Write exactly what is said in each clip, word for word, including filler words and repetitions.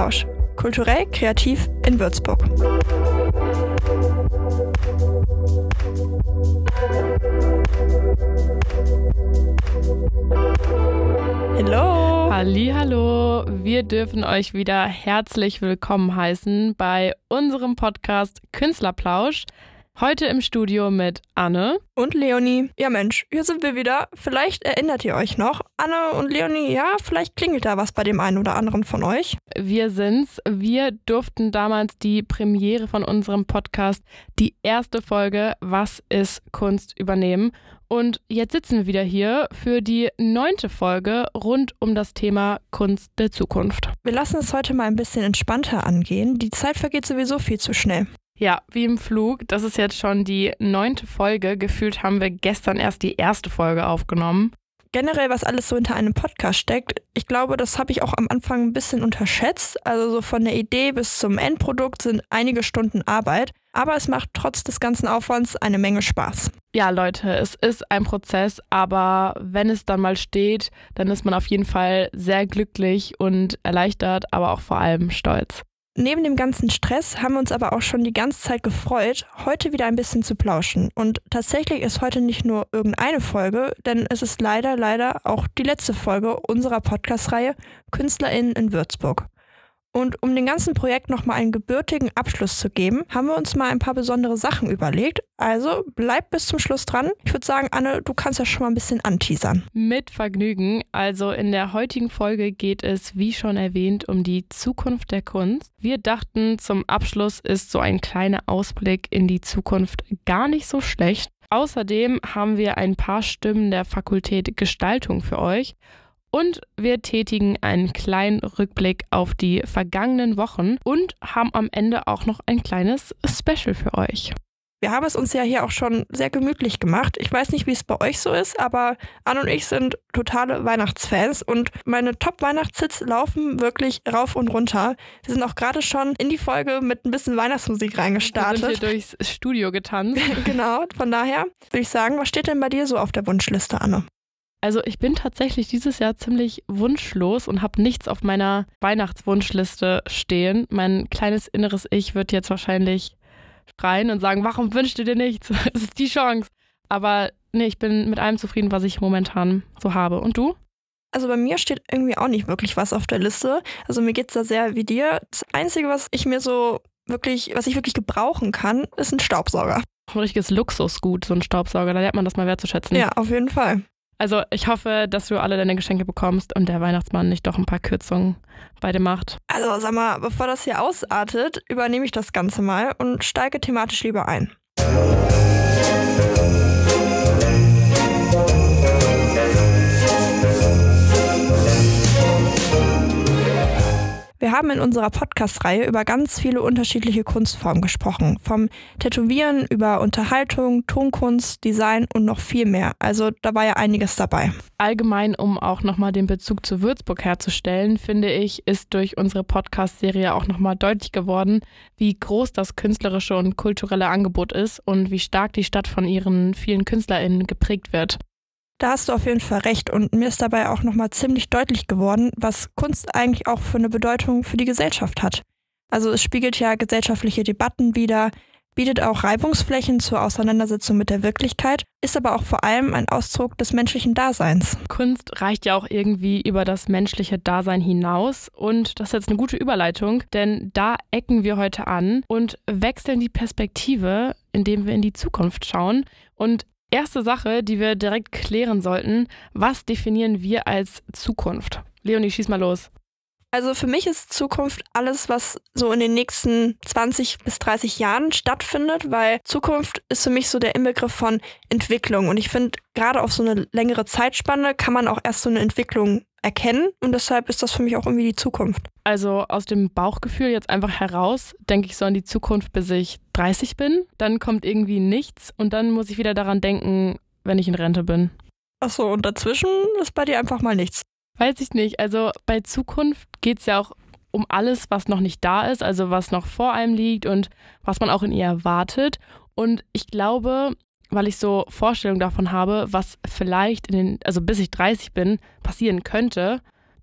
Künstlerplausch. Kulturell kreativ in Würzburg. Hallo! Hallihallo! Wir dürfen euch wieder herzlich willkommen heißen bei unserem Podcast Künstlerplausch. Heute im Studio mit Anne und Leonie. Ja Mensch, hier sind wir wieder. Vielleicht erinnert ihr euch noch. Anne und Leonie, ja, vielleicht klingelt da was bei dem einen oder anderen von euch. Wir sind's. Wir durften damals die Premiere von unserem Podcast, die erste Folge Was ist Kunst, übernehmen. Und jetzt sitzen wir wieder hier für die neunte Folge rund um das Thema Kunst der Zukunft. Wir lassen es heute mal ein bisschen entspannter angehen. Die Zeit vergeht sowieso viel zu schnell. Ja, wie im Flug. Das ist jetzt schon die neunte Folge. Gefühlt haben wir gestern erst die erste Folge aufgenommen. Generell, was alles so hinter einem Podcast steckt, ich glaube, das habe ich auch am Anfang ein bisschen unterschätzt. Also so von der Idee bis zum Endprodukt sind einige Stunden Arbeit. Aber es macht trotz des ganzen Aufwands eine Menge Spaß. Ja, Leute, es ist ein Prozess, aber wenn es dann mal steht, dann ist man auf jeden Fall sehr glücklich und erleichtert, aber auch vor allem stolz. Neben dem ganzen Stress haben wir uns aber auch schon die ganze Zeit gefreut, heute wieder ein bisschen zu plauschen. Und tatsächlich ist heute nicht nur irgendeine Folge, denn es ist leider, leider auch die letzte Folge unserer Podcast-Reihe KünstlerInnen in Würzburg. Und um dem ganzen Projekt nochmal einen gebürtigen Abschluss zu geben, haben wir uns mal ein paar besondere Sachen überlegt. Also bleibt bis zum Schluss dran. Ich würde sagen, Anne, du kannst ja schon mal ein bisschen anteasern. Mit Vergnügen. Also in der heutigen Folge geht es, wie schon erwähnt, um die Zukunft der Kunst. Wir dachten, zum Abschluss ist so ein kleiner Ausblick in die Zukunft gar nicht so schlecht. Außerdem haben wir ein paar Stimmen der Fakultät Gestaltung für euch. Und wir tätigen einen kleinen Rückblick auf die vergangenen Wochen und haben am Ende auch noch ein kleines Special für euch. Wir haben es uns ja hier auch schon sehr gemütlich gemacht. Ich weiß nicht, wie es bei euch so ist, aber Anne und ich sind totale Weihnachtsfans und meine Top-Weihnachtshits laufen wirklich rauf und runter. Wir sind auch gerade schon in die Folge mit ein bisschen Weihnachtsmusik reingestartet. Wir sind hier durchs Studio getanzt. Genau, von daher würde ich sagen, was steht denn bei dir so auf der Wunschliste, Anne? Also ich bin tatsächlich dieses Jahr ziemlich wunschlos und habe nichts auf meiner Weihnachtswunschliste stehen. Mein kleines inneres Ich wird jetzt wahrscheinlich schreien und sagen, warum wünschst du dir nichts? Es ist die Chance. Aber nee, ich bin mit allem zufrieden, was ich momentan so habe. Und du? Also bei mir steht irgendwie auch nicht wirklich was auf der Liste. Also mir geht's da sehr wie dir. Das Einzige, was ich mir so wirklich, was ich wirklich gebrauchen kann, ist ein Staubsauger. Ein richtiges Luxusgut, so ein Staubsauger. Da lernt man das mal wertzuschätzen. Ja, auf jeden Fall. Also ich hoffe, dass du alle deine Geschenke bekommst und der Weihnachtsmann nicht doch ein paar Kürzungen bei dir macht. Also sag mal, bevor das hier ausartet, übernehme ich das Ganze mal und steige thematisch lieber ein. Wir haben in unserer Podcast-Reihe über ganz viele unterschiedliche Kunstformen gesprochen. Vom Tätowieren über Unterhaltung, Tonkunst, Design und noch viel mehr. Also da war ja einiges dabei. Allgemein, um auch nochmal den Bezug zu Würzburg herzustellen, finde ich, ist durch unsere Podcast-Serie auch nochmal deutlich geworden, wie groß das künstlerische und kulturelle Angebot ist und wie stark die Stadt von ihren vielen KünstlerInnen geprägt wird. Da hast du auf jeden Fall recht und mir ist dabei auch nochmal ziemlich deutlich geworden, was Kunst eigentlich auch für eine Bedeutung für die Gesellschaft hat. Also es spiegelt ja gesellschaftliche Debatten wider, bietet auch Reibungsflächen zur Auseinandersetzung mit der Wirklichkeit, ist aber auch vor allem ein Ausdruck des menschlichen Daseins. Kunst reicht ja auch irgendwie über das menschliche Dasein hinaus und das ist jetzt eine gute Überleitung, denn da ecken wir heute an und wechseln die Perspektive, indem wir in die Zukunft schauen und erste Sache, die wir direkt klären sollten, was definieren wir als Zukunft? Leonie, schieß mal los. Also für mich ist Zukunft alles, was so in den nächsten zwanzig bis dreißig Jahren stattfindet, weil Zukunft ist für mich so der Inbegriff von Entwicklung. Und ich finde, gerade auf so eine längere Zeitspanne kann man auch erst so eine Entwicklung erkennen und deshalb ist das für mich auch irgendwie die Zukunft. Also aus dem Bauchgefühl jetzt einfach heraus, denke ich so an die Zukunft, bis ich dreißig bin. Dann kommt irgendwie nichts und dann muss ich wieder daran denken, wenn ich in Rente bin. Ach so, und dazwischen ist bei dir einfach mal nichts. Weiß ich nicht. Also bei Zukunft geht es ja auch um alles, was noch nicht da ist, also was noch vor einem liegt und was man auch in ihr erwartet. Und ich glaube, weil ich so Vorstellungen davon habe, was vielleicht in den, also bis ich dreißig bin, passieren könnte,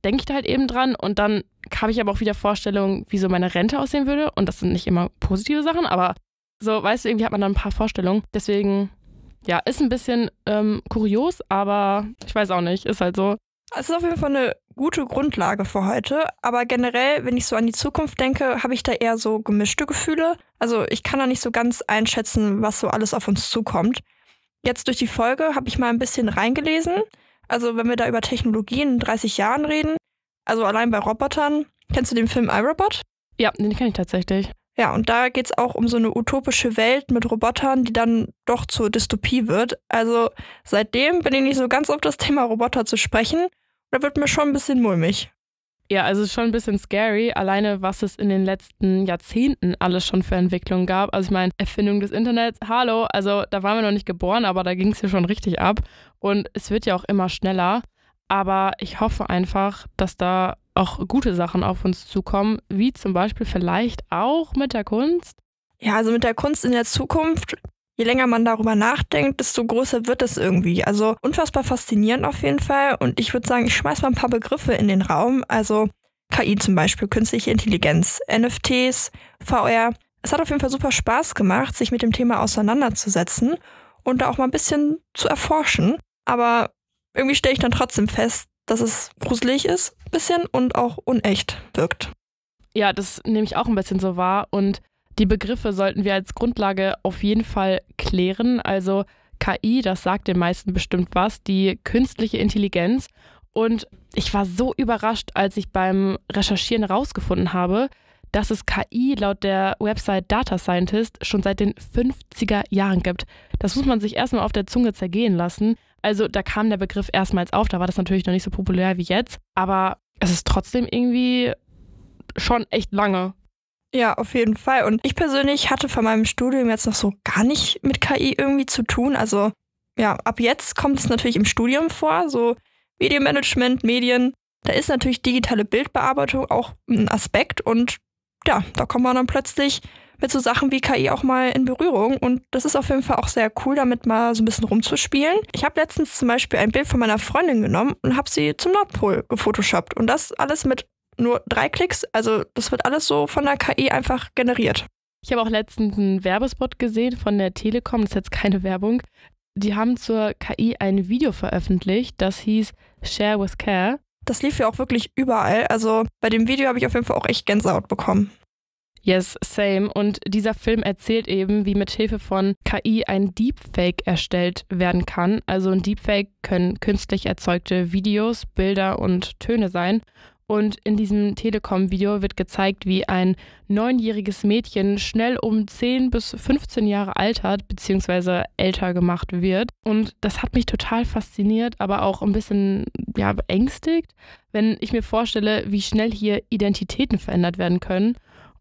denke ich da halt eben dran und dann habe ich aber auch wieder Vorstellungen, wie so meine Rente aussehen würde und das sind nicht immer positive Sachen, aber so, weißt du, irgendwie hat man dann ein paar Vorstellungen. Deswegen, ja, ist ein bisschen ähm, kurios, aber ich weiß auch nicht, ist halt so. Es ist auf jeden Fall eine gute Grundlage für heute, aber generell, wenn ich so an die Zukunft denke, habe ich da eher so gemischte Gefühle. Also ich kann da nicht so ganz einschätzen, was so alles auf uns zukommt. Jetzt durch die Folge habe ich mal ein bisschen reingelesen. Also wenn wir da über Technologien in dreißig Jahren reden, also allein bei Robotern, kennst du den Film iRobot? Ja, den kenne ich tatsächlich. Ja, und da geht es auch um so eine utopische Welt mit Robotern, die dann doch zur Dystopie wird. Also seitdem bin ich nicht so ganz auf das Thema Roboter zu sprechen. Da wird mir schon ein bisschen mulmig. Ja, also es ist schon ein bisschen scary, alleine was es in den letzten Jahrzehnten alles schon für Entwicklungen gab. Also ich meine, Erfindung des Internets, hallo, also da waren wir noch nicht geboren, aber da ging es ja schon richtig ab. Und es wird ja auch immer schneller. Aber ich hoffe einfach, dass da auch gute Sachen auf uns zukommen, wie zum Beispiel vielleicht auch mit der Kunst. Ja, also mit der Kunst in der Zukunft, je länger man darüber nachdenkt, desto größer wird es irgendwie. Also unfassbar faszinierend auf jeden Fall. Und ich würde sagen, ich schmeiß mal ein paar Begriffe in den Raum. Also K I zum Beispiel, künstliche Intelligenz, N F Ts, V R. Es hat auf jeden Fall super Spaß gemacht, sich mit dem Thema auseinanderzusetzen und da auch mal ein bisschen zu erforschen. Aber irgendwie stelle ich dann trotzdem fest, dass es gruselig ist, ein bisschen, und auch unecht wirkt. Ja, das nehme ich auch ein bisschen so wahr. Und die Begriffe sollten wir als Grundlage auf jeden Fall klären. Also K I, das sagt den meisten bestimmt was, die künstliche Intelligenz. Und ich war so überrascht, als ich beim Recherchieren herausgefunden habe, dass es K I laut der Website Data Scientist schon seit den fünfziger Jahren gibt. Das muss man sich erstmal auf der Zunge zergehen lassen. Also da kam der Begriff erstmals auf, da war das natürlich noch nicht so populär wie jetzt, aber es ist trotzdem irgendwie schon echt lange. Ja, auf jeden Fall. Und ich persönlich hatte von meinem Studium jetzt noch so gar nicht mit K I irgendwie zu tun. Also ja, ab jetzt kommt es natürlich im Studium vor, so Medienmanagement, Medien. Da ist natürlich digitale Bildbearbeitung auch ein Aspekt und ja, da kommt man dann plötzlich mit so Sachen wie K I auch mal in Berührung und das ist auf jeden Fall auch sehr cool, damit mal so ein bisschen rumzuspielen. Ich habe letztens zum Beispiel ein Bild von meiner Freundin genommen und habe sie zum Nordpol gefotoshoppt und das alles mit nur drei Klicks, also das wird alles so von der K I einfach generiert. Ich habe auch letztens einen Werbespot gesehen von der Telekom, das ist jetzt keine Werbung. Die haben zur K I ein Video veröffentlicht, das hieß Share with Care. Das lief ja auch wirklich überall, also bei dem Video habe ich auf jeden Fall auch echt Gänsehaut bekommen. Yes, same. Und dieser Film erzählt eben, wie mit Hilfe von K I ein Deepfake erstellt werden kann. Also ein Deepfake können künstlich erzeugte Videos, Bilder und Töne sein. Und in diesem Telekom-Video wird gezeigt, wie ein neunjähriges Mädchen schnell um zehn bis fünfzehn Jahre altert bzw. älter gemacht wird. Und das hat mich total fasziniert, aber auch ein bisschen ja, beängstigt, wenn ich mir vorstelle, wie schnell hier Identitäten verändert werden können.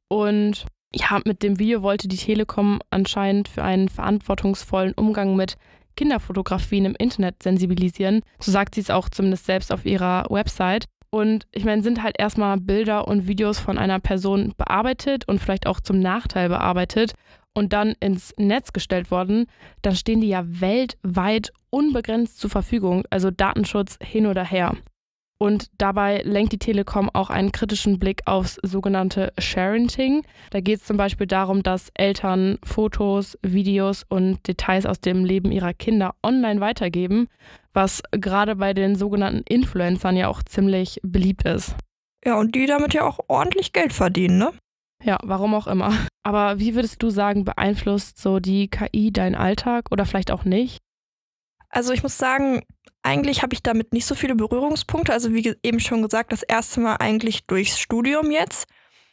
Und ja, mit dem Video wollte die Telekom anscheinend für einen verantwortungsvollen Umgang mit Kinderfotografien im Internet sensibilisieren. So sagt sie es auch zumindest selbst auf ihrer Website. Und ich meine, sind halt erstmal Bilder und Videos von einer Person bearbeitet und vielleicht auch zum Nachteil bearbeitet und dann ins Netz gestellt worden, dann stehen die ja weltweit unbegrenzt zur Verfügung, also Datenschutz hin oder her. Und dabei lenkt die Telekom auch einen kritischen Blick aufs sogenannte Sharenting. Da geht es zum Beispiel darum, dass Eltern Fotos, Videos und Details aus dem Leben ihrer Kinder online weitergeben, was gerade bei den sogenannten Influencern ja auch ziemlich beliebt ist. Ja, und die damit ja auch ordentlich Geld verdienen, ne? Ja, warum auch immer. Aber wie würdest du sagen, beeinflusst so die K I deinen Alltag oder vielleicht auch nicht? Also ich muss sagen, eigentlich habe ich damit nicht so viele Berührungspunkte. Also wie eben schon gesagt, das erste Mal eigentlich durchs Studium jetzt.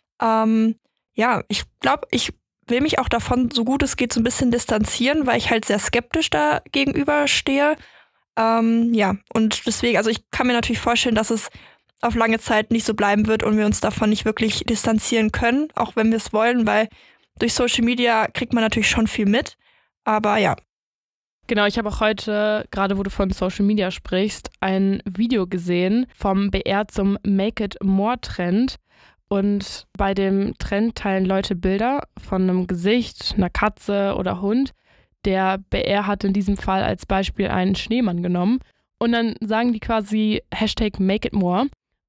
Ähm, ja, ich glaube, ich will mich auch davon, so gut es geht, so ein bisschen distanzieren, weil ich halt sehr skeptisch da gegenüberstehe. Ähm, ja, und deswegen, also ich kann mir natürlich vorstellen, dass es auf lange Zeit nicht so bleiben wird und wir uns davon nicht wirklich distanzieren können, auch wenn wir es wollen, weil durch Social Media kriegt man natürlich schon viel mit. Aber ja. Genau, ich habe auch heute, gerade wo du von Social Media sprichst, ein Video gesehen vom B R zum Make It More Trend. Und bei dem Trend teilen Leute Bilder von einem Gesicht, einer Katze oder Hund. Der B R hat in diesem Fall als Beispiel einen Schneemann genommen. Und dann sagen die quasi Hashtag Make It More.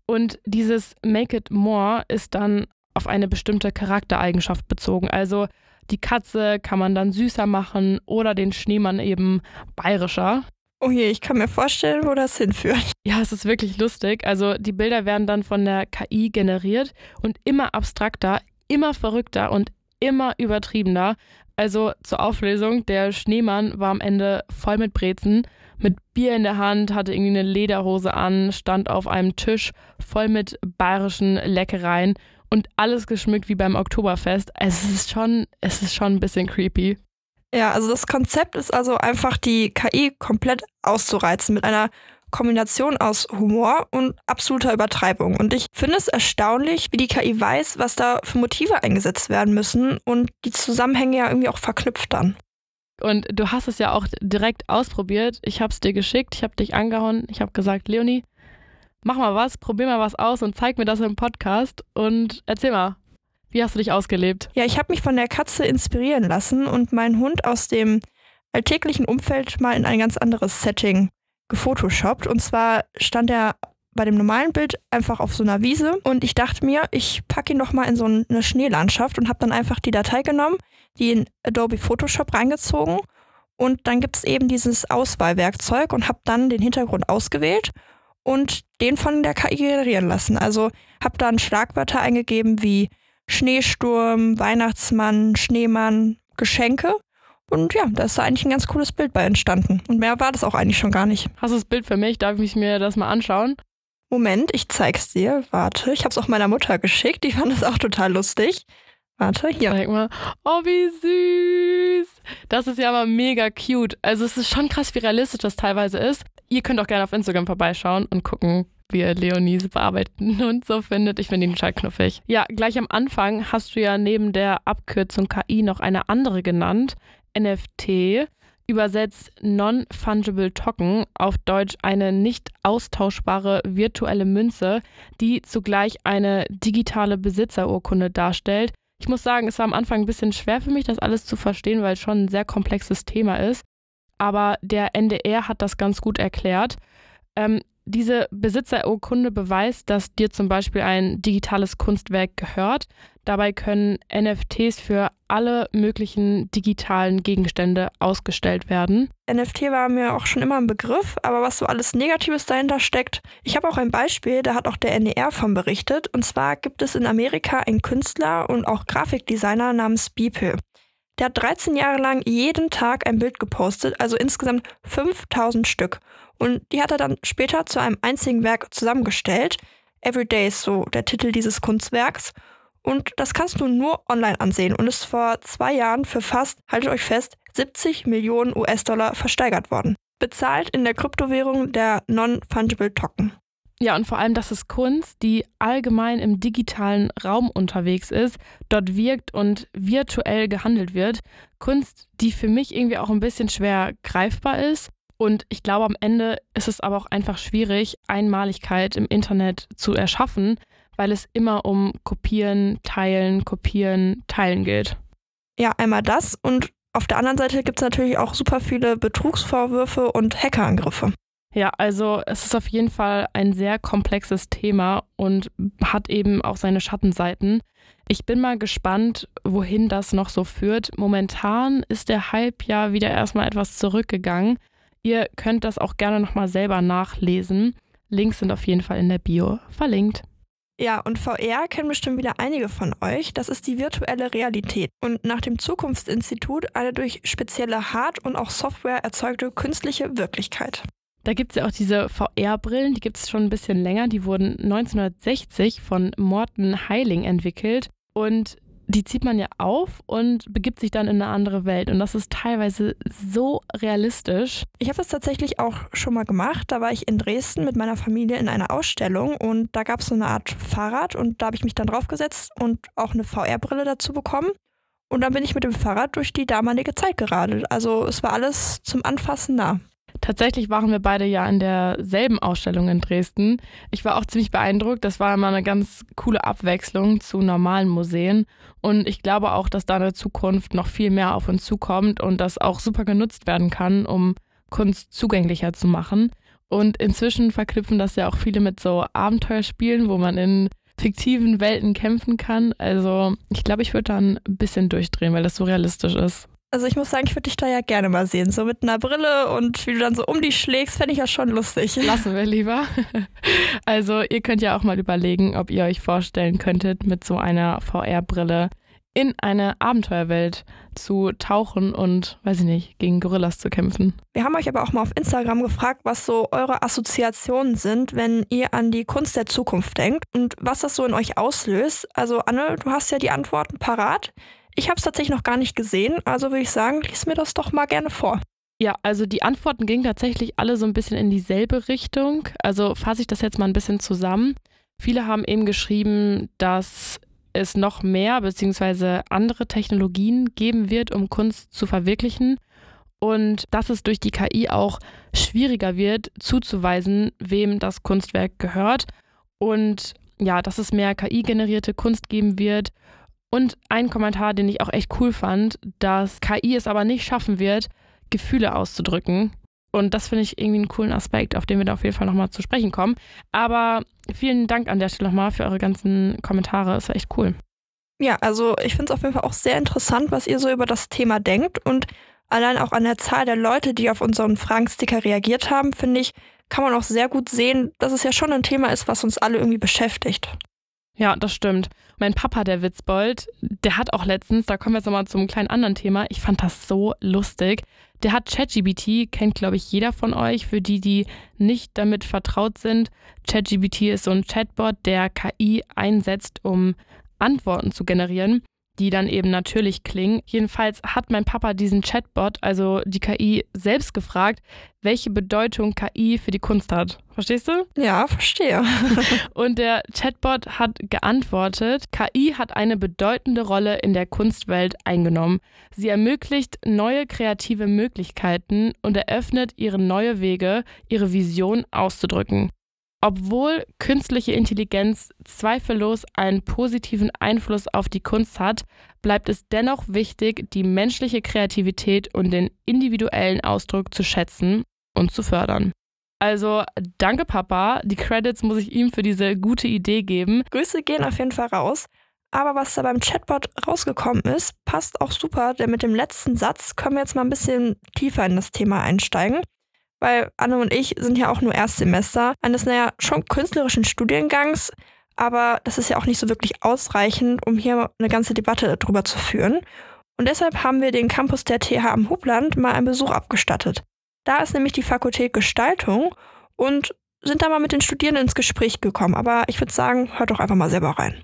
Und dieses Make it more ist dann auf eine bestimmte Charaktereigenschaft bezogen. Also die Katze kann man dann süßer machen oder den Schneemann eben bayerischer. Oh je, ich kann mir vorstellen, wo das hinführt. Ja, es ist wirklich lustig. Also die Bilder werden dann von der K I generiert und immer abstrakter, immer verrückter und immer übertriebener. Also zur Auflösung, der Schneemann war am Ende voll mit Brezen, mit Bier in der Hand, hatte irgendwie eine Lederhose an, stand auf einem Tisch voll mit bayerischen Leckereien und alles geschmückt wie beim Oktoberfest. Es ist schon, es ist schon ein bisschen creepy. Ja, also das Konzept ist also einfach, die K I komplett auszureizen mit einer Kombination aus Humor und absoluter Übertreibung. Und ich finde es erstaunlich, wie die K I weiß, was da für Motive eingesetzt werden müssen und die Zusammenhänge ja irgendwie auch verknüpft dann. Und du hast es ja auch direkt ausprobiert. Ich habe es dir geschickt, ich habe dich angehauen, ich habe gesagt, Leonie, mach mal was, probier mal was aus und zeig mir das im Podcast und erzähl mal. Wie hast du dich ausgelebt? Ja, ich habe mich von der Katze inspirieren lassen und meinen Hund aus dem alltäglichen Umfeld mal in ein ganz anderes Setting gefotoshoppt. Und zwar stand er bei dem normalen Bild einfach auf so einer Wiese und ich dachte mir, ich packe ihn doch mal in so eine Schneelandschaft und habe dann einfach die Datei genommen, die in Adobe Photoshop reingezogen und dann gibt es eben dieses Auswahlwerkzeug und habe dann den Hintergrund ausgewählt und den von der K I generieren lassen. Also habe dann Schlagwörter eingegeben wie Schneesturm, Weihnachtsmann, Schneemann, Geschenke. Und ja, da ist da eigentlich ein ganz cooles Bild bei entstanden. Und mehr war das auch eigentlich schon gar nicht. Hast du das Bild für mich? Darf ich mir das mal anschauen? Moment, ich zeig's dir. Warte, ich hab's auch meiner Mutter geschickt. Die fand das auch total lustig. Warte, hier. Zeig mal. Oh, wie süß. Das ist ja mal mega cute. Also es ist schon krass, wie realistisch das teilweise ist. Ihr könnt auch gerne auf Instagram vorbeischauen und gucken, wie ihr Leonies bearbeiten und so findet. Ich finde ihn total knuffig. Ja, gleich am Anfang hast du ja neben der Abkürzung K I noch eine andere genannt. N F T, übersetzt Non-Fungible Token, auf Deutsch eine nicht austauschbare virtuelle Münze, die zugleich eine digitale Besitzerurkunde darstellt. Ich muss sagen, es war am Anfang ein bisschen schwer für mich, das alles zu verstehen, weil es schon ein sehr komplexes Thema ist. Aber der N D R hat das ganz gut erklärt. Ähm, Diese Besitzerurkunde beweist, dass dir zum Beispiel ein digitales Kunstwerk gehört. Dabei können N F Ts für alle möglichen digitalen Gegenstände ausgestellt werden. N F T war mir auch schon immer ein Begriff, aber was so alles Negatives dahinter steckt. Ich habe auch ein Beispiel, da hat auch der N D R von berichtet. Und zwar gibt es in Amerika einen Künstler und auch Grafikdesigner namens Beeple. Der hat dreizehn Jahre lang jeden Tag ein Bild gepostet, also insgesamt fünftausend Stück. Und die hat er dann später zu einem einzigen Werk zusammengestellt. Everyday ist so der Titel dieses Kunstwerks. Und das kannst du nur online ansehen und ist vor zwei Jahren für fast, haltet euch fest, siebzig Millionen U S-Dollar versteigert worden. Bezahlt in der Kryptowährung der Non-Fungible Token. Ja, und vor allem, das ist Kunst, die allgemein im digitalen Raum unterwegs ist, dort wirkt und virtuell gehandelt wird. Kunst, die für mich irgendwie auch ein bisschen schwer greifbar ist. Und ich glaube, am Ende ist es aber auch einfach schwierig, Einmaligkeit im Internet zu erschaffen, weil es immer um Kopieren, Teilen, Kopieren, Teilen geht. Ja, einmal das und auf der anderen Seite gibt es natürlich auch super viele Betrugsvorwürfe und Hackerangriffe. Ja, also es ist auf jeden Fall ein sehr komplexes Thema und hat eben auch seine Schattenseiten. Ich bin mal gespannt, wohin das noch so führt. Momentan ist der Hype ja wieder erstmal etwas zurückgegangen. Ihr könnt das auch gerne nochmal selber nachlesen. Links sind auf jeden Fall in der Bio verlinkt. Ja, und V R kennen bestimmt wieder einige von euch. Das ist die virtuelle Realität und nach dem Zukunftsinstitut eine durch spezielle Hard- und auch Software erzeugte künstliche Wirklichkeit. Da gibt es ja auch diese V R-Brillen, die gibt es schon ein bisschen länger. Die wurden neunzehnhundertsechzig von Morton Heiling entwickelt und die zieht man ja auf und begibt sich dann in eine andere Welt. Und das ist teilweise so realistisch. Ich habe das tatsächlich auch schon mal gemacht. Da war ich in Dresden mit meiner Familie in einer Ausstellung und da gab es so eine Art Fahrrad und da habe ich mich dann draufgesetzt und auch eine V R-Brille dazu bekommen. Und dann bin ich mit dem Fahrrad durch die damalige Zeit geradelt. Also es war alles zum Anfassen nah. Tatsächlich waren wir beide ja in derselben Ausstellung in Dresden. Ich war auch ziemlich beeindruckt. Das war immer eine ganz coole Abwechslung zu normalen Museen. Und ich glaube auch, dass da in der Zukunft noch viel mehr auf uns zukommt und das auch super genutzt werden kann, um Kunst zugänglicher zu machen. Und inzwischen verknüpfen das ja auch viele mit so Abenteuerspielen, wo man in fiktiven Welten kämpfen kann. Also ich glaube, ich würde dann ein bisschen durchdrehen, weil das so realistisch ist. Also ich muss sagen, ich würde dich da ja gerne mal sehen. So mit einer Brille und wie du dann so um dich schlägst, fände ich ja schon lustig. Lassen wir lieber. Also ihr könnt ja auch mal überlegen, ob ihr euch vorstellen könntet, mit so einer V R-Brille in eine Abenteuerwelt zu tauchen und, weiß ich nicht, gegen Gorillas zu kämpfen. Wir haben euch aber auch mal auf Instagram gefragt, was so eure Assoziationen sind, wenn ihr an die Kunst der Zukunft denkt und was das so in euch auslöst. Also Anne, du hast ja die Antworten parat. Ich habe es tatsächlich noch gar nicht gesehen, also würde ich sagen, lies mir das doch mal gerne vor. Ja, also die Antworten gingen tatsächlich alle so ein bisschen in dieselbe Richtung. Also fasse ich das jetzt mal ein bisschen zusammen. Viele haben eben geschrieben, dass es noch mehr bzw. andere Technologien geben wird, um Kunst zu verwirklichen und dass es durch die K I auch schwieriger wird, zuzuweisen, wem das Kunstwerk gehört und ja, dass es mehr K I-generierte Kunst geben wird. Und ein Kommentar, den ich auch echt cool fand, dass K I es aber nicht schaffen wird, Gefühle auszudrücken. Und das finde ich irgendwie einen coolen Aspekt, auf den wir da auf jeden Fall nochmal zu sprechen kommen. Aber vielen Dank an der Stelle nochmal für eure ganzen Kommentare. Es war echt cool. Ja, also ich finde es auf jeden Fall auch sehr interessant, was ihr so über das Thema denkt. Und allein auch an der Zahl der Leute, die auf unseren Fragensticker reagiert haben, finde ich, kann man auch sehr gut sehen, dass es ja schon ein Thema ist, was uns alle irgendwie beschäftigt. Ja, das stimmt. Mein Papa, der Witzbold, der hat auch letztens, da kommen wir jetzt nochmal zum kleinen anderen Thema, ich fand das so lustig, der hat ChatGPT, kennt glaube ich jeder von euch, für die, die nicht damit vertraut sind. ChatGPT ist so ein Chatbot, der K I einsetzt, um Antworten zu generieren, die dann eben natürlich klingen. Jedenfalls hat mein Papa diesen Chatbot, also die K I, selbst gefragt, welche Bedeutung K I für die Kunst hat. Verstehst du? Ja, verstehe. Und der Chatbot hat geantwortet, K I hat eine bedeutende Rolle in der Kunstwelt eingenommen. Sie ermöglicht neue kreative Möglichkeiten und eröffnet ihre neue Wege, ihre Vision auszudrücken. Obwohl künstliche Intelligenz zweifellos einen positiven Einfluss auf die Kunst hat, bleibt es dennoch wichtig, die menschliche Kreativität und den individuellen Ausdruck zu schätzen und zu fördern. Also danke Papa, die Credits muss ich ihm für diese gute Idee geben. Grüße gehen auf jeden Fall raus. Aber was da beim Chatbot rausgekommen ist, passt auch super, denn mit dem letzten Satz können wir jetzt mal ein bisschen tiefer in das Thema einsteigen. Weil Anne und ich sind ja auch nur Erstsemester eines, naja, schon künstlerischen Studiengangs, aber das ist ja auch nicht so wirklich ausreichend, um hier eine ganze Debatte darüber zu führen. Und deshalb haben wir den Campus der T H am Hubland mal einen Besuch abgestattet. Da ist nämlich die Fakultät Gestaltung und sind da mal mit den Studierenden ins Gespräch gekommen. Aber ich würde sagen, hört doch einfach mal selber rein.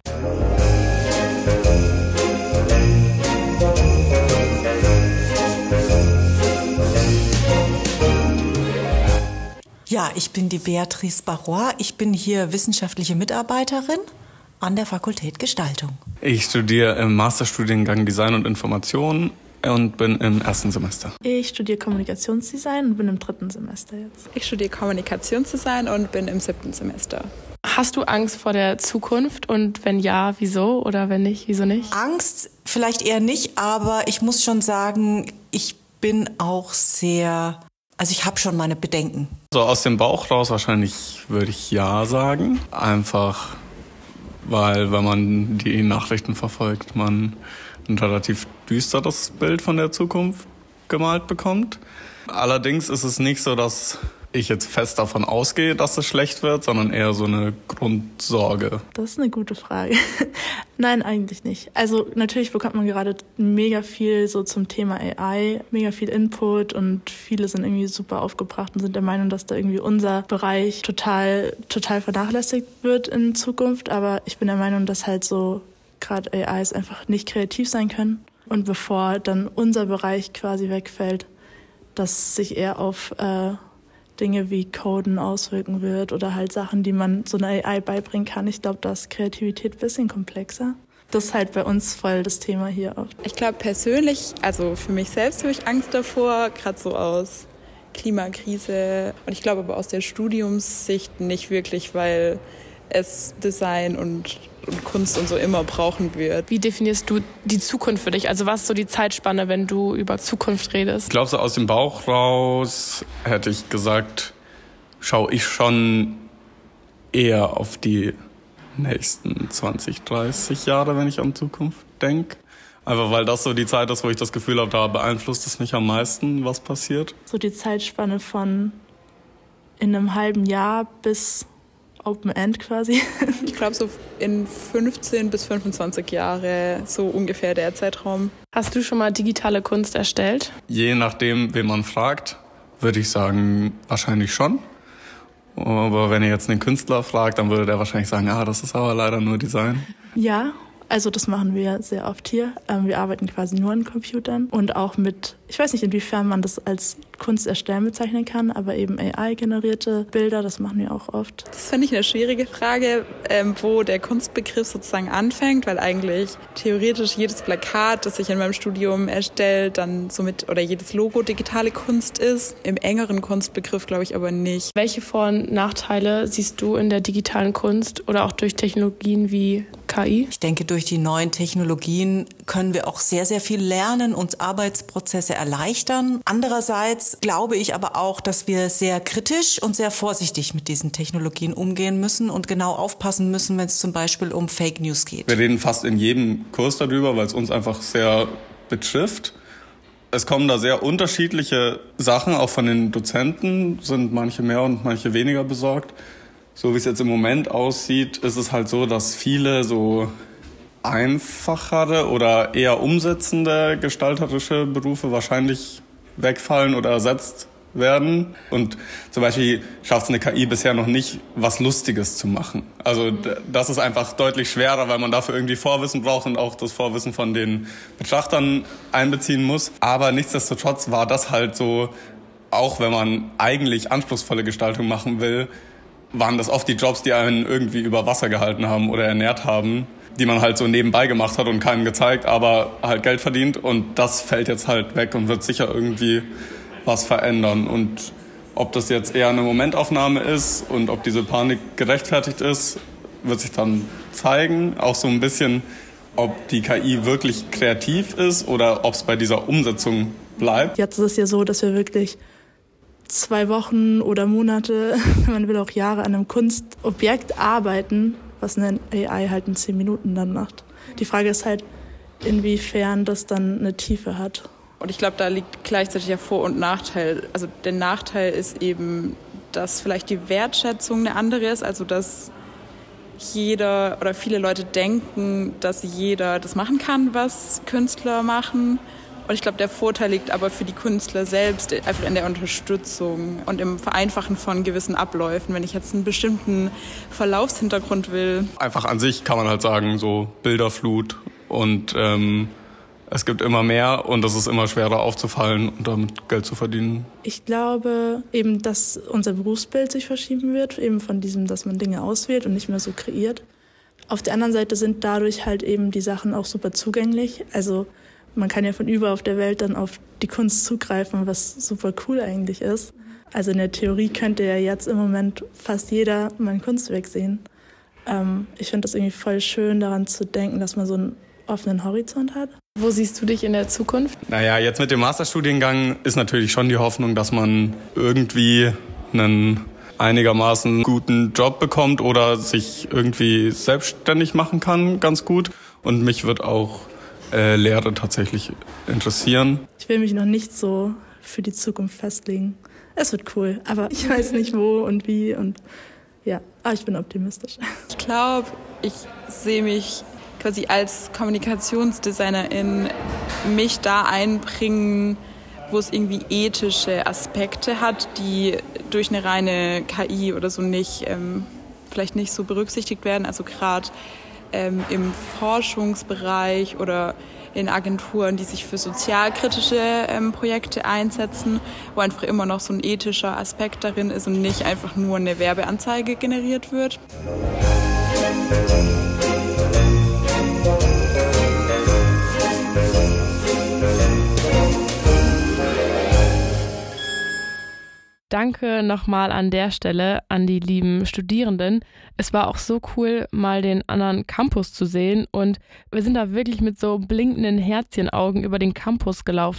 Ja, ich bin die Beatrice Barrois. Ich bin hier wissenschaftliche Mitarbeiterin an der Fakultät Gestaltung. Ich studiere im Masterstudiengang Design und Information und bin im ersten Semester. Ich studiere Kommunikationsdesign und bin im dritten Semester jetzt. Ich studiere Kommunikationsdesign und bin im siebten Semester. Hast du Angst vor der Zukunft und wenn ja, wieso oder wenn nicht, wieso nicht? Angst vielleicht eher nicht, aber ich muss schon sagen, ich bin auch sehr... Also ich habe schon meine Bedenken. So aus dem Bauch raus wahrscheinlich würde ich ja sagen. Einfach, weil wenn man die Nachrichten verfolgt, man ein relativ düsteres Bild von der Zukunft gemalt bekommt. Allerdings ist es nicht so, dass ich jetzt fest davon ausgehe, dass es schlecht wird, sondern eher so eine Grundsorge. Das ist eine gute Frage. Nein, eigentlich nicht. Also natürlich bekommt man gerade mega viel so zum Thema A I, mega viel Input und viele sind irgendwie super aufgebracht und sind der Meinung, dass da irgendwie unser Bereich total, total vernachlässigt wird in Zukunft. Aber ich bin der Meinung, dass halt so gerade A Is einfach nicht kreativ sein können. Und bevor dann unser Bereich quasi wegfällt, dass sich eher auf äh, Dinge wie Coden auswirken wird oder halt Sachen, die man so einer A I beibringen kann. Ich glaube, da ist Kreativität ein bisschen komplexer. Das ist halt bei uns voll das Thema hier oft. Ich glaube persönlich, also für mich selbst habe ich Angst davor, gerade so aus Klimakrise. Und ich glaube aber aus der Studiumssicht nicht wirklich, weil es Design und, und Kunst und so immer brauchen wird. Wie definierst du die Zukunft für dich? Also was ist so die Zeitspanne, wenn du über Zukunft redest? Ich glaube, so aus dem Bauch raus hätte ich gesagt, schaue ich schon eher auf die nächsten zwanzig, dreißig Jahre, wenn ich an Zukunft denke. Einfach weil das so die Zeit ist, wo ich das Gefühl habe, da beeinflusst es mich am meisten, was passiert. So die Zeitspanne von in einem halben Jahr bis Open End quasi. Ich glaube so in fünfzehn bis fünfundzwanzig Jahre, so ungefähr der Zeitraum. Hast du schon mal digitale Kunst erstellt? Je nachdem, wen man fragt, würde ich sagen, wahrscheinlich schon. Aber wenn ihr jetzt einen Künstler fragt, dann würde der wahrscheinlich sagen, ah, das ist aber leider nur Design. Ja, also das machen wir sehr oft hier. Wir arbeiten quasi nur an Computern und auch mit, ich weiß nicht, inwiefern man das als Kunst erstellen bezeichnen kann, aber eben A I-generierte Bilder, das machen wir auch oft. Das finde ich eine schwierige Frage, ähm, wo der Kunstbegriff sozusagen anfängt, weil eigentlich theoretisch jedes Plakat, das ich in meinem Studium erstelle, dann somit oder jedes Logo digitale Kunst ist. Im engeren Kunstbegriff glaube ich aber nicht. Welche Vor- und Nachteile siehst du in der digitalen Kunst oder auch durch Technologien wie K I? Ich denke, durch die neuen Technologien können wir auch sehr, sehr viel lernen, uns Arbeitsprozesse erleichtern. Andererseits glaube ich aber auch, dass wir sehr kritisch und sehr vorsichtig mit diesen Technologien umgehen müssen und genau aufpassen müssen, wenn es zum Beispiel um Fake News geht. Wir reden fast in jedem Kurs darüber, weil es uns einfach sehr betrifft. Es kommen da sehr unterschiedliche Sachen, auch von den Dozenten sind manche mehr und manche weniger besorgt. So wie es jetzt im Moment aussieht, ist es halt so, dass viele so einfachere oder eher umsetzende gestalterische Berufe wahrscheinlich wegfallen oder ersetzt werden. Und zum Beispiel schafft es eine K I bisher noch nicht, was Lustiges zu machen. Also das ist einfach deutlich schwerer, weil man dafür irgendwie Vorwissen braucht und auch das Vorwissen von den Betrachtern einbeziehen muss. Aber nichtsdestotrotz war das halt so, auch wenn man eigentlich anspruchsvolle Gestaltung machen will, waren das oft die Jobs, die einen irgendwie über Wasser gehalten haben oder ernährt haben, die man halt so nebenbei gemacht hat und keinem gezeigt, aber halt Geld verdient. Und das fällt jetzt halt weg und wird sicher irgendwie was verändern. Und ob das jetzt eher eine Momentaufnahme ist und ob diese Panik gerechtfertigt ist, wird sich dann zeigen. Auch so ein bisschen, ob die K I wirklich kreativ ist oder ob es bei dieser Umsetzung bleibt. Jetzt ist es ja so, dass wir wirklich zwei Wochen oder Monate, wenn man will auch Jahre an einem Kunstobjekt arbeiten, was eine A I halt in zehn Minuten dann macht. Die Frage ist halt, inwiefern das dann eine Tiefe hat. Und ich glaube, da liegt gleichzeitig ja Vor- und Nachteil. Also der Nachteil ist eben, dass vielleicht die Wertschätzung eine andere ist, also dass jeder oder viele Leute denken, dass jeder das machen kann, was Künstler machen. Und ich glaube, der Vorteil liegt aber für die Künstler selbst einfach in der Unterstützung und im Vereinfachen von gewissen Abläufen. Wenn ich jetzt einen bestimmten Verlaufshintergrund will. Einfach an sich kann man halt sagen, so Bilderflut und ähm, es gibt immer mehr und es ist immer schwerer aufzufallen und damit Geld zu verdienen. Ich glaube eben, dass unser Berufsbild sich verschieben wird, eben von diesem, dass man Dinge auswählt und nicht mehr so kreiert. Auf der anderen Seite sind dadurch halt eben die Sachen auch super zugänglich. Also man kann ja von überall auf der Welt dann auf die Kunst zugreifen, was super cool eigentlich ist. Also in der Theorie könnte ja jetzt im Moment fast jeder mein Kunstwerk sehen. Ähm, ich finde das irgendwie voll schön, daran zu denken, dass man so einen offenen Horizont hat. Wo siehst du dich in der Zukunft? Naja, jetzt mit dem Masterstudiengang ist natürlich schon die Hoffnung, dass man irgendwie einen einigermaßen guten Job bekommt oder sich irgendwie selbstständig machen kann, ganz gut. Und mich wird auch Äh, Lehre tatsächlich interessieren. Ich will mich noch nicht so für die Zukunft festlegen. Es wird cool, aber ich weiß nicht wo und wie und ja, aber ich bin optimistisch. Ich glaube, ich sehe mich quasi als Kommunikationsdesignerin mich da einbringen, wo es irgendwie ethische Aspekte hat, die durch eine reine K I oder so nicht, ähm, vielleicht nicht so berücksichtigt werden. Also gerade Ähm, im Forschungsbereich oder in Agenturen, die sich für sozialkritische ähm, Projekte einsetzen, wo einfach immer noch so ein ethischer Aspekt darin ist und nicht einfach nur eine Werbeanzeige generiert wird. Danke nochmal an der Stelle an die lieben Studierenden. Es war auch so cool, mal den anderen Campus zu sehen und wir sind da wirklich mit so blinkenden Herzchenaugen über den Campus gelaufen.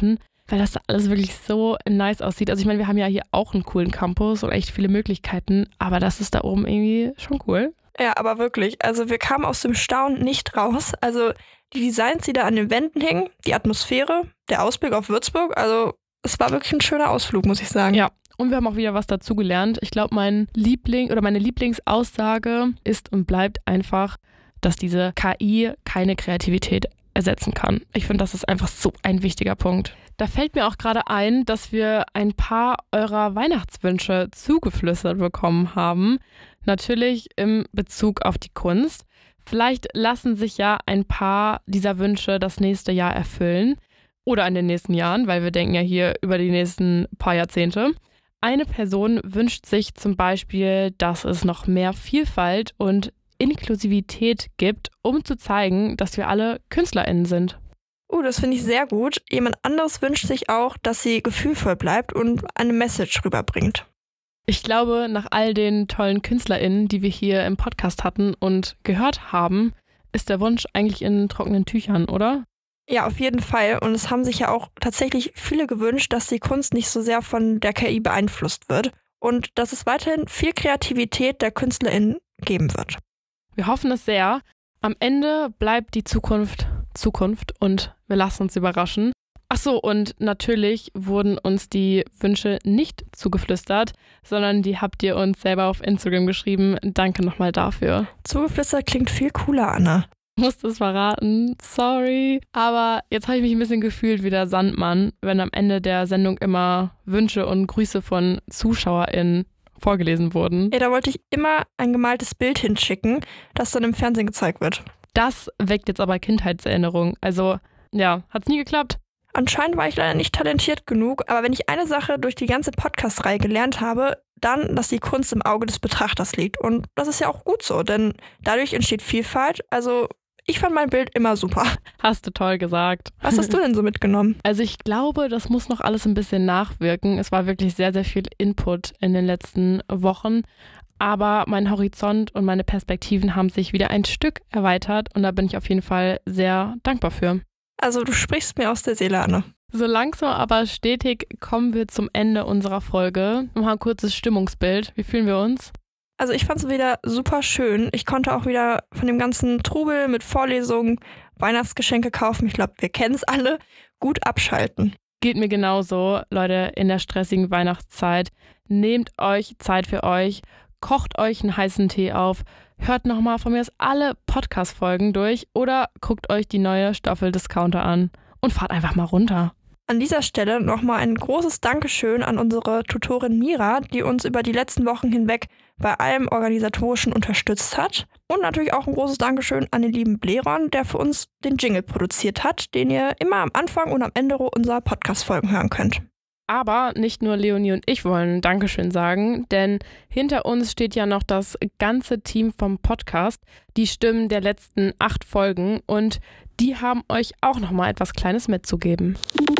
weil das da alles wirklich so nice aussieht. Also ich meine, wir haben ja hier auch einen coolen Campus und echt viele Möglichkeiten, aber das ist da oben irgendwie schon cool. Ja, aber wirklich, also wir kamen aus dem Staunen nicht raus. Also die Designs, die da an den Wänden hingen, die Atmosphäre, der Ausblick auf Würzburg, also es war wirklich ein schöner Ausflug, muss ich sagen. Ja, und wir haben auch wieder was dazugelernt. Ich glaube, mein Liebling oder meine Lieblingsaussage ist und bleibt einfach, dass diese K I keine Kreativität ersetzen kann. Ich finde, das ist einfach so ein wichtiger Punkt. Da fällt mir auch gerade ein, dass wir ein paar eurer Weihnachtswünsche zugeflüstert bekommen haben. Natürlich im Bezug auf die Kunst. Vielleicht lassen sich ja ein paar dieser Wünsche das nächste Jahr erfüllen. Oder in den nächsten Jahren, weil wir denken ja hier über die nächsten paar Jahrzehnte. Eine Person wünscht sich zum Beispiel, dass es noch mehr Vielfalt und Inklusivität gibt, um zu zeigen, dass wir alle KünstlerInnen sind. Uh, das finde ich sehr gut. Jemand anderes wünscht sich auch, dass sie gefühlvoll bleibt und eine Message rüberbringt. Ich glaube, nach all den tollen KünstlerInnen, die wir hier im Podcast hatten und gehört haben, ist der Wunsch eigentlich in trockenen Tüchern, oder? Ja, auf jeden Fall. Und es haben sich ja auch tatsächlich viele gewünscht, dass die Kunst nicht so sehr von der K I beeinflusst wird und dass es weiterhin viel Kreativität der KünstlerInnen geben wird. Wir hoffen es sehr. Am Ende bleibt die Zukunft Zukunft und wir lassen uns überraschen. Ach so, und natürlich wurden uns die Wünsche nicht zugeflüstert, sondern die habt ihr uns selber auf Instagram geschrieben. Danke nochmal dafür. Zugeflüstert klingt viel cooler, Anna. Ich musste es verraten, sorry. Aber jetzt habe ich mich ein bisschen gefühlt wie der Sandmann, wenn am Ende der Sendung immer Wünsche und Grüße von ZuschauerInnen vorgelesen wurden. Ja, da wollte ich immer ein gemaltes Bild hinschicken, das dann im Fernsehen gezeigt wird. Das weckt jetzt aber Kindheitserinnerungen. Also, ja, hat's nie geklappt. Anscheinend war ich leider nicht talentiert genug, aber wenn ich eine Sache durch die ganze Podcast-Reihe gelernt habe, dann, dass die Kunst im Auge des Betrachters liegt. Und das ist ja auch gut so, denn dadurch entsteht Vielfalt. Also ich fand mein Bild immer super. Hast du toll gesagt. Was hast du denn so mitgenommen? Also ich glaube, das muss noch alles ein bisschen nachwirken. Es war wirklich sehr, sehr viel Input in den letzten Wochen. Aber mein Horizont und meine Perspektiven haben sich wieder ein Stück erweitert und da bin ich auf jeden Fall sehr dankbar für. Also du sprichst mir aus der Seele, Anne. So langsam aber stetig kommen wir zum Ende unserer Folge. Noch ein kurzes Stimmungsbild. Wie fühlen wir uns? Also ich fand es wieder super schön. Ich konnte auch wieder von dem ganzen Trubel mit Vorlesungen, Weihnachtsgeschenke kaufen, ich glaube, wir kennen es alle, gut abschalten. Geht mir genauso, Leute, in der stressigen Weihnachtszeit. Nehmt euch Zeit für euch, kocht euch einen heißen Tee auf, hört nochmal von mir aus alle Podcast-Folgen durch oder guckt euch die neue Staffel Discounter an und fahrt einfach mal runter. An dieser Stelle nochmal ein großes Dankeschön an unsere Tutorin Mira, die uns über die letzten Wochen hinweg bei allem Organisatorischen unterstützt hat. Und natürlich auch ein großes Dankeschön an den lieben Bleron, der für uns den Jingle produziert hat, den ihr immer am Anfang und am Ende unserer Podcast-Folgen hören könnt. Aber nicht nur Leonie und ich wollen Dankeschön sagen, denn hinter uns steht ja noch das ganze Team vom Podcast, die Stimmen der letzten acht Folgen und die haben euch auch nochmal etwas Kleines mitzugeben.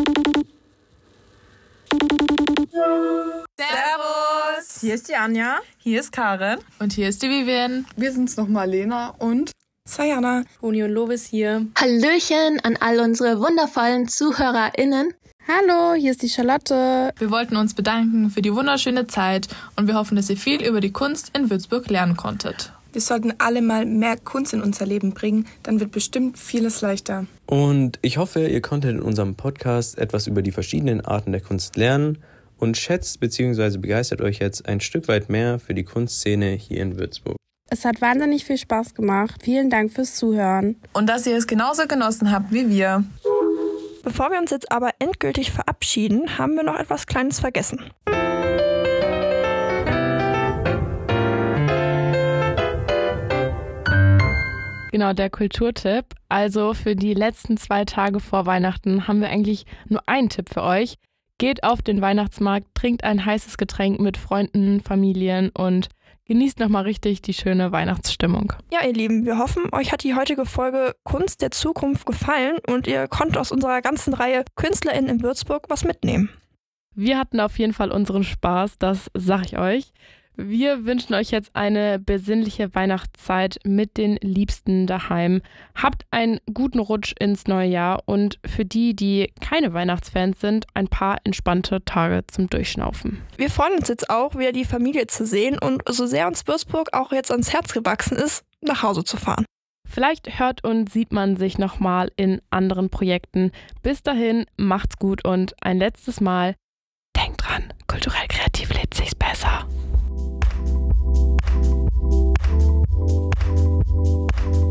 Servus! Hier ist die Anja. Hier ist Karen. Und hier ist die Vivian. Wir sind's nochmal Lena und Sayana. Uni und Lovis hier. Hallöchen an all unsere wundervollen ZuhörerInnen. Hallo, hier ist die Charlotte. Wir wollten uns bedanken für die wunderschöne Zeit und wir hoffen, dass ihr viel über die Kunst in Würzburg lernen konntet. Wir sollten alle mal mehr Kunst in unser Leben bringen, dann wird bestimmt vieles leichter. Und ich hoffe, ihr konntet in unserem Podcast etwas über die verschiedenen Arten der Kunst lernen und schätzt bzw. begeistert euch jetzt ein Stück weit mehr für die Kunstszene hier in Würzburg. Es hat wahnsinnig viel Spaß gemacht. Vielen Dank fürs Zuhören. Und dass ihr es genauso genossen habt wie wir. Bevor wir uns jetzt aber endgültig verabschieden, haben wir noch etwas Kleines vergessen. Genau, der Kulturtipp. Also für die letzten zwei Tage vor Weihnachten haben wir eigentlich nur einen Tipp für euch. Geht auf den Weihnachtsmarkt, trinkt ein heißes Getränk mit Freunden, Familien und genießt nochmal richtig die schöne Weihnachtsstimmung. Ja, ihr Lieben, wir hoffen, euch hat die heutige Folge Kunst der Zukunft gefallen und ihr konntet aus unserer ganzen Reihe KünstlerInnen in Würzburg was mitnehmen. Wir hatten auf jeden Fall unseren Spaß, das sag ich euch. Wir wünschen euch jetzt eine besinnliche Weihnachtszeit mit den Liebsten daheim. Habt einen guten Rutsch ins neue Jahr und für die, die keine Weihnachtsfans sind, ein paar entspannte Tage zum Durchschnaufen. Wir freuen uns jetzt auch, wieder die Familie zu sehen und so sehr uns Würzburg auch jetzt ans Herz gewachsen ist, nach Hause zu fahren. Vielleicht hört und sieht man sich nochmal in anderen Projekten. Bis dahin, macht's gut und ein letztes Mal, denkt dran, kulturell kreativ lebt sich's besser.